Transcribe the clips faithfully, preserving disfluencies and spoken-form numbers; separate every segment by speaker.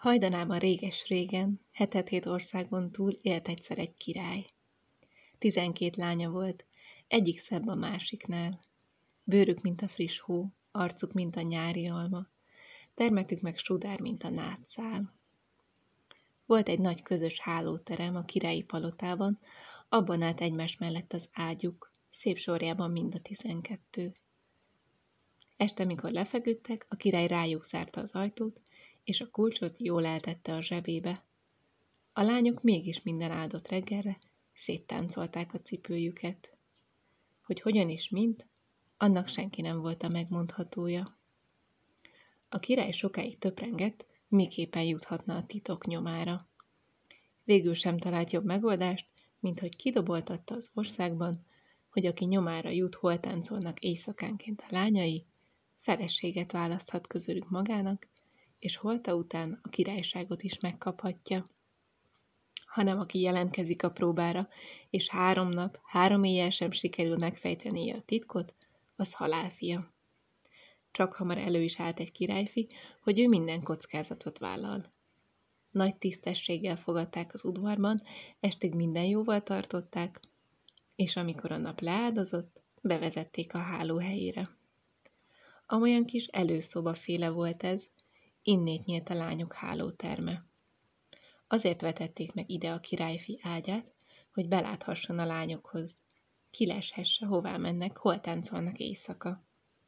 Speaker 1: Hajdanában réges-régen, hetet-hét országon túl élt egyszer egy király. Tizenkét lánya volt, egyik szebb a másiknál. Bőrük, mint a friss hó, arcuk, mint a nyári alma, termetük meg sudár, mint a nátszál. Volt egy nagy közös hálóterem a királyi palotában, abban állt egymás mellett az ágyuk, szép sorjában mind a tizenkettő. Este, mikor lefeküdtek, a király rájuk zárta az ajtót, és a kulcsot jól eltette a zsebébe. A lányok mégis minden áldott reggelre széttáncolták a cipőjüket. Hogy hogyan is mint, annak senki nem volt a megmondhatója. A király sokáig töprengett, miképpen juthatna a titok nyomára. Végül sem talált jobb megoldást, mint hogy kidoboltatta az országban, hogy aki nyomára jut, hol táncolnak éjszakánként a lányai, feleséget választhat közülük magának, és holta után a királyságot is megkaphatja. Hanem aki jelentkezik a próbára, és három nap, három éjjel sem sikerül megfejtenie a titkot, az halálfia. Csak hamar elő is állt egy királyfi, hogy ő minden kockázatot vállal. Nagy tisztességgel fogadták az udvarban, estig minden jóval tartották, és amikor a nap leáldozott, bevezették a háló helyére. Amolyan kis előszobaféle volt ez, innét nyílt a lányok hálóterme. Azért vetették meg ide a királyfi ágyát, hogy beláthasson a lányokhoz, kileshesse, hová mennek, hol táncolnak éjszaka.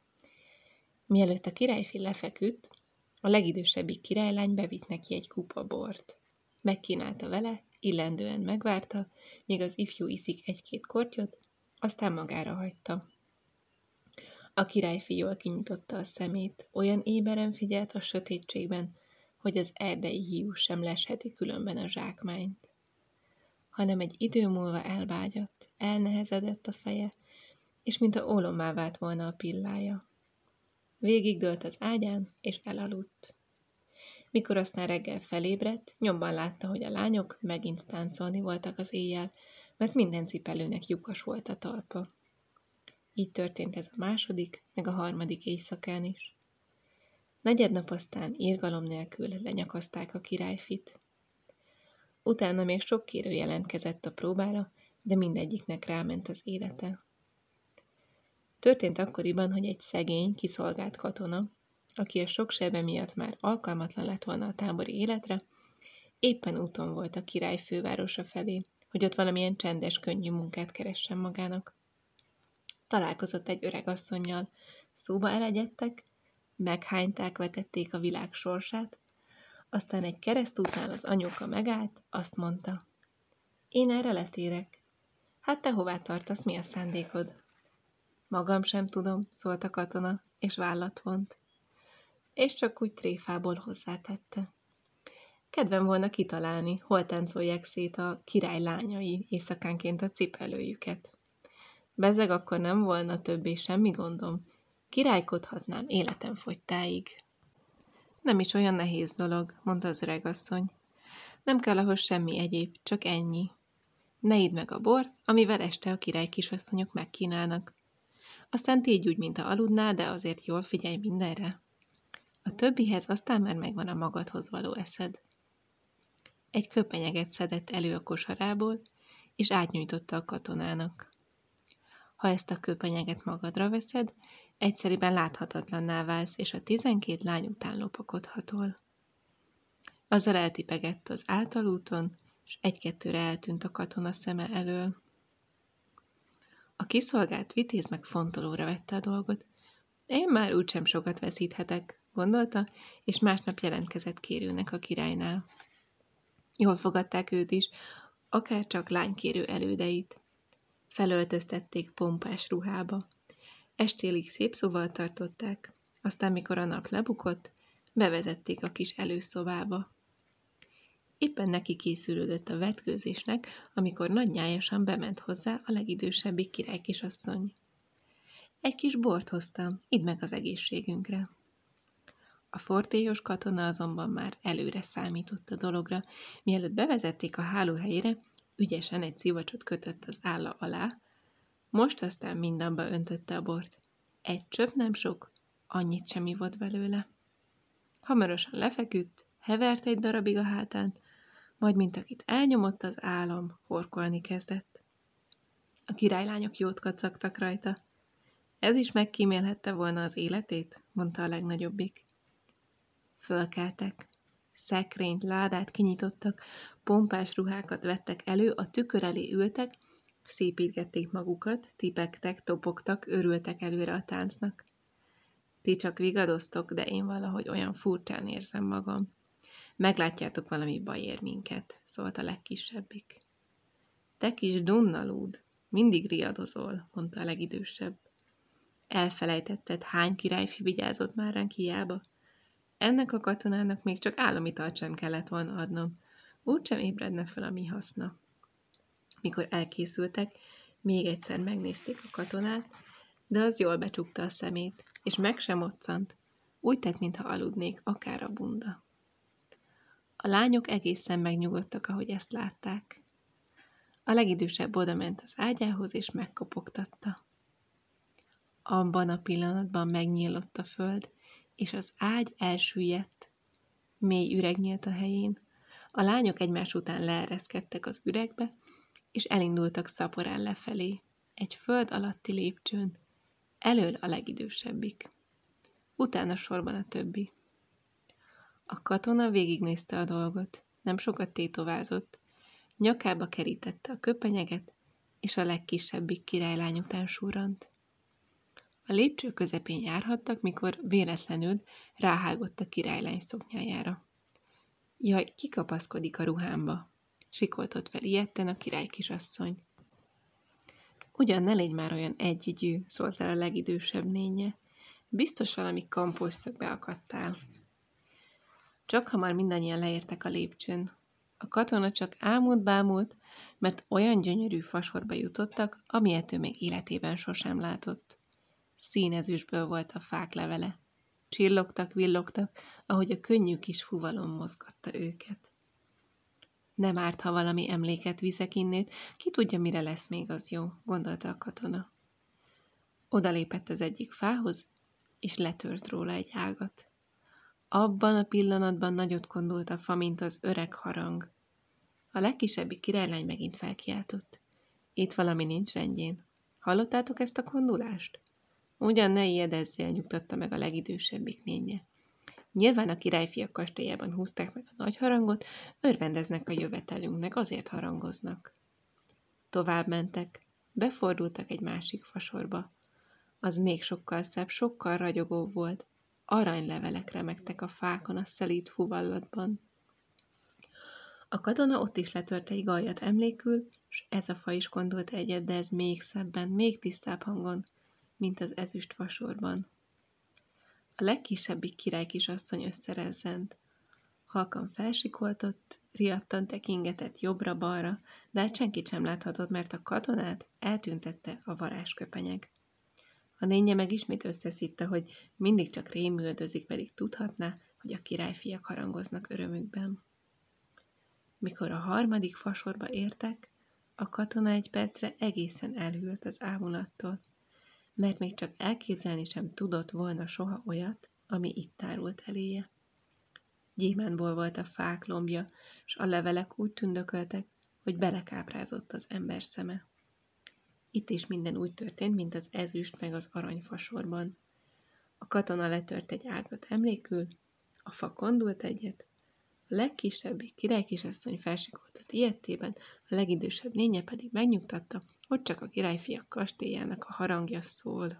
Speaker 1: Mielőtt a királyfi lefeküdt, a legidősebbik királylány bevitt neki egy kupa bort. Megkínálta vele, illendően megvárta, míg az ifjú iszik egy-két kortyot, aztán magára hagyta. A királyfi jól kinyitotta a szemét, olyan éberen figyelt a sötétségben, hogy az erdei hiú sem lesheti különben a zsákmányt. Hanem egy idő múlva elvágyott, elnehezedett a feje, és mint a ólommá vált volna a pillája. Végigdőlt az ágyán, és elaludt. Mikor aztán reggel felébredt, nyomban látta, hogy a lányok megint táncolni voltak az éjjel, mert minden cipelőnek lyukas volt a talpa. Így történt ez a második, meg a harmadik éjszakán is. Negyednap aztán irgalom nélkül lenyakaszták a királyfit. Utána még sok kérő jelentkezett a próbára, de mindegyiknek ráment az élete. Történt akkoriban, hogy egy szegény, kiszolgált katona, aki a sok sebe miatt már alkalmatlan lett volna a tábori életre, éppen úton volt a király fővárosa felé, hogy ott valamilyen csendes, könnyű munkát keressen magának. Találkozott egy öreg asszonnyal, szóba elegyedtek, meghányták, vetették a világ sorsát, aztán egy keresztútnál az anyóka megállt, azt mondta: én erre letérek. Hát te hová tartasz, mi a szándékod? Magam sem tudom, szólt a katona, és vállat vont. És csak úgy tréfából hozzátette: kedvem volna kitalálni, hol táncolják szét a király lányai éjszakánként a cipelőjüket. Bezzeg akkor nem volna többé semmi gondom, királykodhatnám életem fogytáig. Nem is olyan nehéz dolog, mondta az öregasszony. Nem kell ahhoz semmi egyéb, csak ennyi. Ne idd meg a bort, amivel este a király kisasszonyok megkínálnak. Aztán tégy úgy, mint a aludnál, de azért jól figyelj mindenre. A többihez aztán már megvan a magadhoz való eszed. Egy köpenyeget szedett elő a kosarából, és átnyújtotta a katonának. Ha ezt a köpenyeget magadra veszed, egyszeriben láthatatlanná válsz, és a tizenkét lány után lopakodhatol. Azzal eltipegett az általúton, és egy-kettőre eltűnt a katona szeme elől. A kiszolgált vitéz meg fontolóra vette a dolgot. Én már úgysem sokat veszíthetek, gondolta, és másnap jelentkezett kérőnek a királynál. Jól fogadták őt is, akár csak lánykérő elődeit. Felöltöztették pompás ruhába. Estélig szép szóval tartották, aztán mikor a nap lebukott, bevezették a kis előszobába. Éppen neki készülődött a vetkőzésnek, amikor nagynyájasan bement hozzá a legidősebbik királykisasszony. Egy kis bort hoztam, idd meg az egészségünkre. A fortélyos katona azonban már előre számított a dologra, mielőtt bevezették a hálóhelyére, ügyesen egy szivacsot kötött az álla alá, most aztán mindabba öntötte a bort. Egy csöpp nem sok, annyit sem ivott belőle. Hamarosan lefeküdt, hevert egy darabig a hátán, majd mint akit elnyomott az álom, horkolni kezdett. A királylányok jót kacagtak rajta. Ez is megkímélhette volna az életét, mondta a legnagyobbik. Fölkeltek. Szekrényt, ládát kinyitottak, pompás ruhákat vettek elő, a tükör elé ültek, szépítgették magukat, tipegtek, topogtak, örültek előre a táncnak. Ti csak vigadoztok, de én valahogy olyan furcsán érzem magam. Meglátjátok, valami baj ér minket, szólt a legkisebbik. Te kis dunnalúd, mindig riadozol, mondta a legidősebb. Elfelejtetted, hány királyfi vigyázott már ránk hiába? Ennek a katonának még csak álomitalt sem kellett volna adnom. Úgysem ébredne fel a mi haszna. Mikor elkészültek, még egyszer megnézték a katonát, de az jól becsukta a szemét, és meg sem moccant. Úgy tett, mintha aludnék, akár a bunda. A lányok egészen megnyugodtak, ahogy ezt látták. A legidősebb odament az ágyához, és megkopogtatta. Abban a pillanatban megnyílott a föld, és az ágy elsüllyedt. Mély üreg nyílt a helyén. A lányok egymás után leereszkedtek az üregbe, és elindultak szaporán lefelé, egy föld alatti lépcsőn, elől a legidősebbik. Utána sorban a többi. A katona végignézte a dolgot, nem sokat tétovázott, nyakába kerítette a köpenyeget, és a legkisebbik királylány után surrant. A lépcső közepén járhattak, mikor véletlenül ráhágott a királylány szoknyájára. Jaj, kikapaszkodik a ruhámba, sikoltott fel ijedten a királykisasszony. Ugyan ne légy már olyan együgyű, szólt el a legidősebb nénye. Biztos valami kampós szögbe akadtál. Csak hamar mindannyian leértek a lépcsőn. A katona csak ámult-bámult, mert olyan gyönyörű fasorba jutottak, amilyet ő még életében sosem látott. Színezüstből volt a fák levele. Csillogtak, villogtak, ahogy a könnyű kis fuvalom mozgatta őket. Nem árt, ha valami emléket viszek innét, ki tudja, mire lesz még az jó, gondolta a katona. Odalépett az egyik fához, és letört róla egy ágat. Abban a pillanatban nagyot kondult a fa, mint az öreg harang. A legkisebbik királylány megint felkiáltott. Itt valami nincs rendjén. Hallottátok ezt a kondulást? Ugyan ne ijedezzél, nyugtatta meg a legidősebbik nénye. Nyilván a királyfiak kastélyában húzták meg a nagy harangot, örvendeznek a jövetelünknek, azért harangoznak. Tovább mentek, befordultak egy másik fasorba. Az még sokkal szebb, sokkal ragyogóbb volt. Aranylevelek remegtek a fákon a szelíd fuvallatban. A katona ott is letört egy gallyat emlékül, s ez a fa is gondolt egyet, de ez még szebben, még tisztább hangon, mint az ezüst fasorban. A legkisebbik királykisasszony összerezzent. Halkan felsikoltott, riadtan tekingetett jobbra-balra, de hát senkit sem láthatott, mert a katonát eltüntette a varázsköpenyeg. A nénye meg ismét összeszitte, hogy mindig csak rémüldözik, pedig tudhatná, hogy a királyfiak harangoznak örömükben. Mikor a harmadik fasorba értek, a katona egy percre egészen elhűlt az ámulattól, mert még csak elképzelni sem tudott volna soha olyat, ami itt tárult eléje. Gyémántból volt a fák lombja, s a levelek úgy tündököltek, hogy belekáprázott az ember szeme. Itt is minden úgy történt, mint az ezüst meg az aranyfasorban. A katona letört egy ágat emlékül, a fa kondult egyet, a legkisebbik királykisasszony felsikoltott ijedtében, a legidősebb nénye pedig megnyugtatta, hogy csak a királyfiak kastélyának a harangja szól.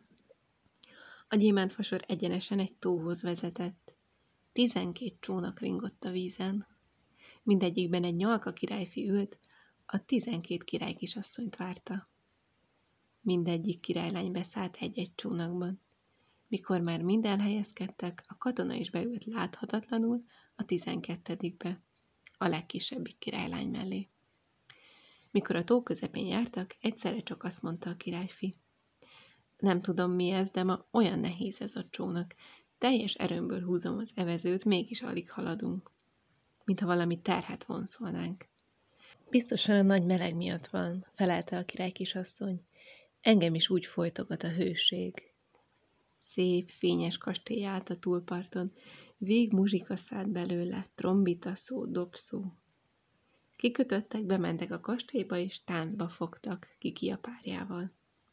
Speaker 1: A gyémántfasor egyenesen egy tóhoz vezetett. Tizenkét csónak ringott a vízen. Mindegyikben egy nyalka királyfi ült, a tizenkét királykisasszonyt várta. Mindegyik királylány beszállt egy-egy csónakban. Mikor már mind elhelyezkedtek, a katona is beült láthatatlanul a tizenkettedikbe, a legkisebbik királylány mellé. Mikor a tó közepén jártak, egyszerre csak azt mondta a királyfi. Nem tudom mi ez, de ma olyan nehéz ez a csónak. Teljes erőmből húzom az evezőt, mégis alig haladunk. Mintha valami terhet vonszolnánk. Biztosan a nagy meleg miatt van, felelte a királykisasszony. Engem is úgy folytogat a hőség. Szép, fényes kastély állt a túlparton, Vég muzsika szállt belőle, trombita szó, dobszó. Kikötöttek, bementek a kastélyba, és táncba fogtak, Kiki a párjával.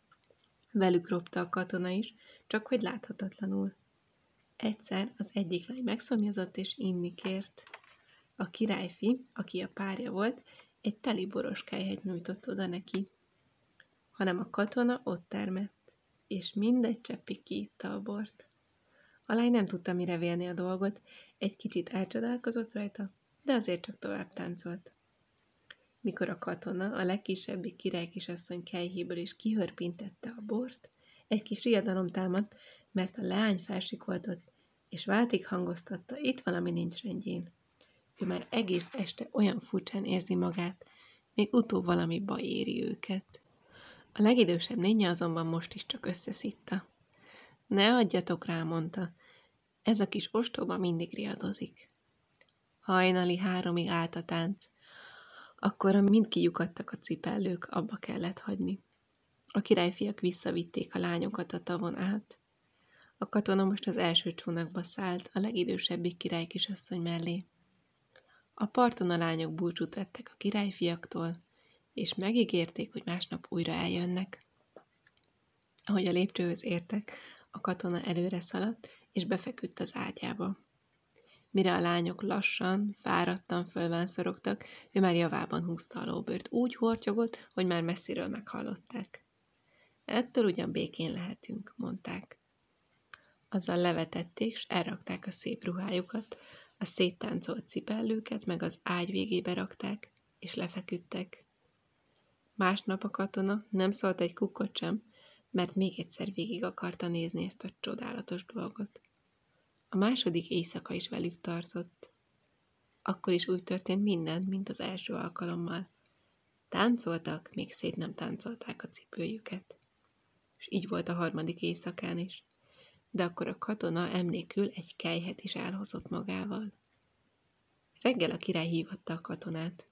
Speaker 1: Velük ropta a katona is, csak hogy láthatatlanul. Egyszer az egyik lány megszomjazott, és inni kért. A királyfi, aki a párja volt, egy teli boros kelyhet nyújtott oda neki, hanem a katona ott termett, és mindegy cseppig kiitta a bort. A lány nem tudta mire vélni a dolgot, egy kicsit elcsodálkozott rajta, de azért csak tovább táncolt. Mikor a katona a legkisebbik királykisasszony kelyhéből is kihörpintette a bort, egy kis riadalom támadt, mert a leány felsikoltott, és váltig hangoztatta, itt valami nincs rendjén. Ő már egész este olyan furcsán érzi magát, még utóbb valami baj éri őket. A legidősebb nénye azonban most is csak összeszitta. Ne adjatok rá, mondta, ez a kis ostoba mindig riadozik. Hajnali háromig állt a tánc, akkora mind kilyukadtak a cipellők, abba kellett hagyni. A királyfiak visszavitték a lányokat a tavon át. A katona most az első csónakba szállt a legidősebbik királykisasszony mellé. A parton a lányok búcsút vettek a királyfiaktól, és megígérték, hogy másnap újra eljönnek. Ahogy a lépcsőhöz értek, a katona előre szaladt, és befeküdt az ágyába. Mire a lányok lassan, fáradtan fölvánszorogtak, ő már javában húzta a lóbőrt. Úgy hortyogott, hogy már messziről meghallották. Ettől ugyan békén lehetünk, mondták. Azzal levetették, s elrakták a szép ruhájukat, a széttáncolt cipellőket meg az ágy végébe rakták, és lefeküdtek. Másnap a katona nem szólt egy kukkot sem, mert még egyszer végig akarta nézni ezt a csodálatos dolgot. A második éjszaka is velük tartott. Akkor is úgy történt minden, mint az első alkalommal. Táncoltak, még szét nem táncolták a cipőjüket. És így volt a harmadik éjszakán is. De akkor a katona emlékül egy kelyhet is elhozott magával. Reggel a király hívatta a katonát.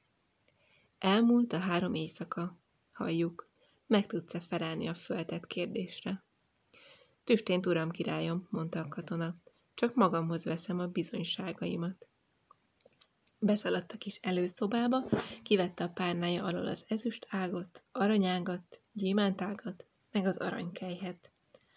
Speaker 1: Elmúlt a három éjszaka, halljuk, meg tudsz-e felelni a föltett kérdésre? Tüstént, uram királyom, mondta a katona, csak magamhoz veszem a bizonyságaimat. Beszaladt a kis előszobába, kivette a párnája alól az ezüst ágat, aranyágat, gyémántágat, meg az aranykelyhet.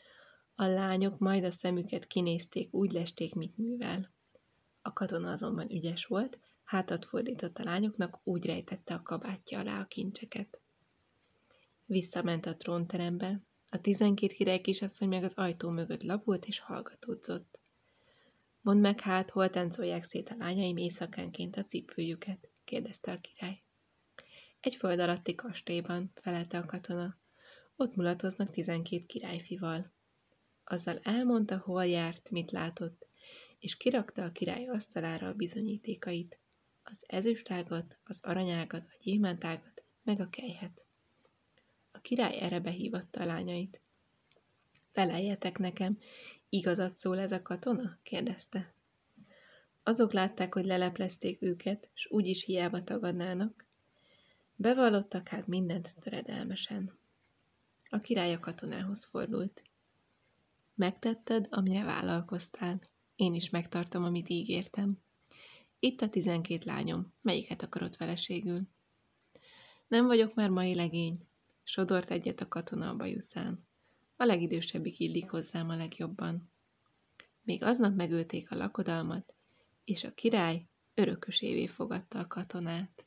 Speaker 1: A lányok majd a szemüket kinézték, úgy lesték, mit művel. A katona azonban ügyes volt, hátat fordított a lányoknak, úgy rejtette a kabátja alá a kincseket. Visszament a trónterembe, a tizenkét király kisasszony meg az ajtó mögött lapult és hallgatódzott. Mondd meg hát, hol táncolják szét a lányaim éjszakánként a cipőjüket? Kérdezte a király. Egy föld alatti kastélyban, felelte a katona. Ott mulatoznak tizenkét királyfival. Azzal elmondta, hol járt, mit látott, és kirakta a király asztalára a bizonyítékait. Az ezüstágat, az aranyágat, a gyémántágat, meg a kelyhet. A király erre behívatta a lányait. Feleljetek nekem, igazat szól ez a katona? Kérdezte. Azok látták, hogy leleplezték őket, s úgyis hiába tagadnának. Bevallottak hát mindent töredelmesen. A király a katonához fordult. Megtetted, amire vállalkoztál. Én is megtartom, amit ígértem. Itt a tizenkét lányom, melyiket akarod feleségül? Nem vagyok már mai legény. Sodort egyet a katona a bajuszán. A legidősebbik illik hozzám a legjobban. Még aznap megölték a lakodalmat, és a király örökösévé fogadta a katonát.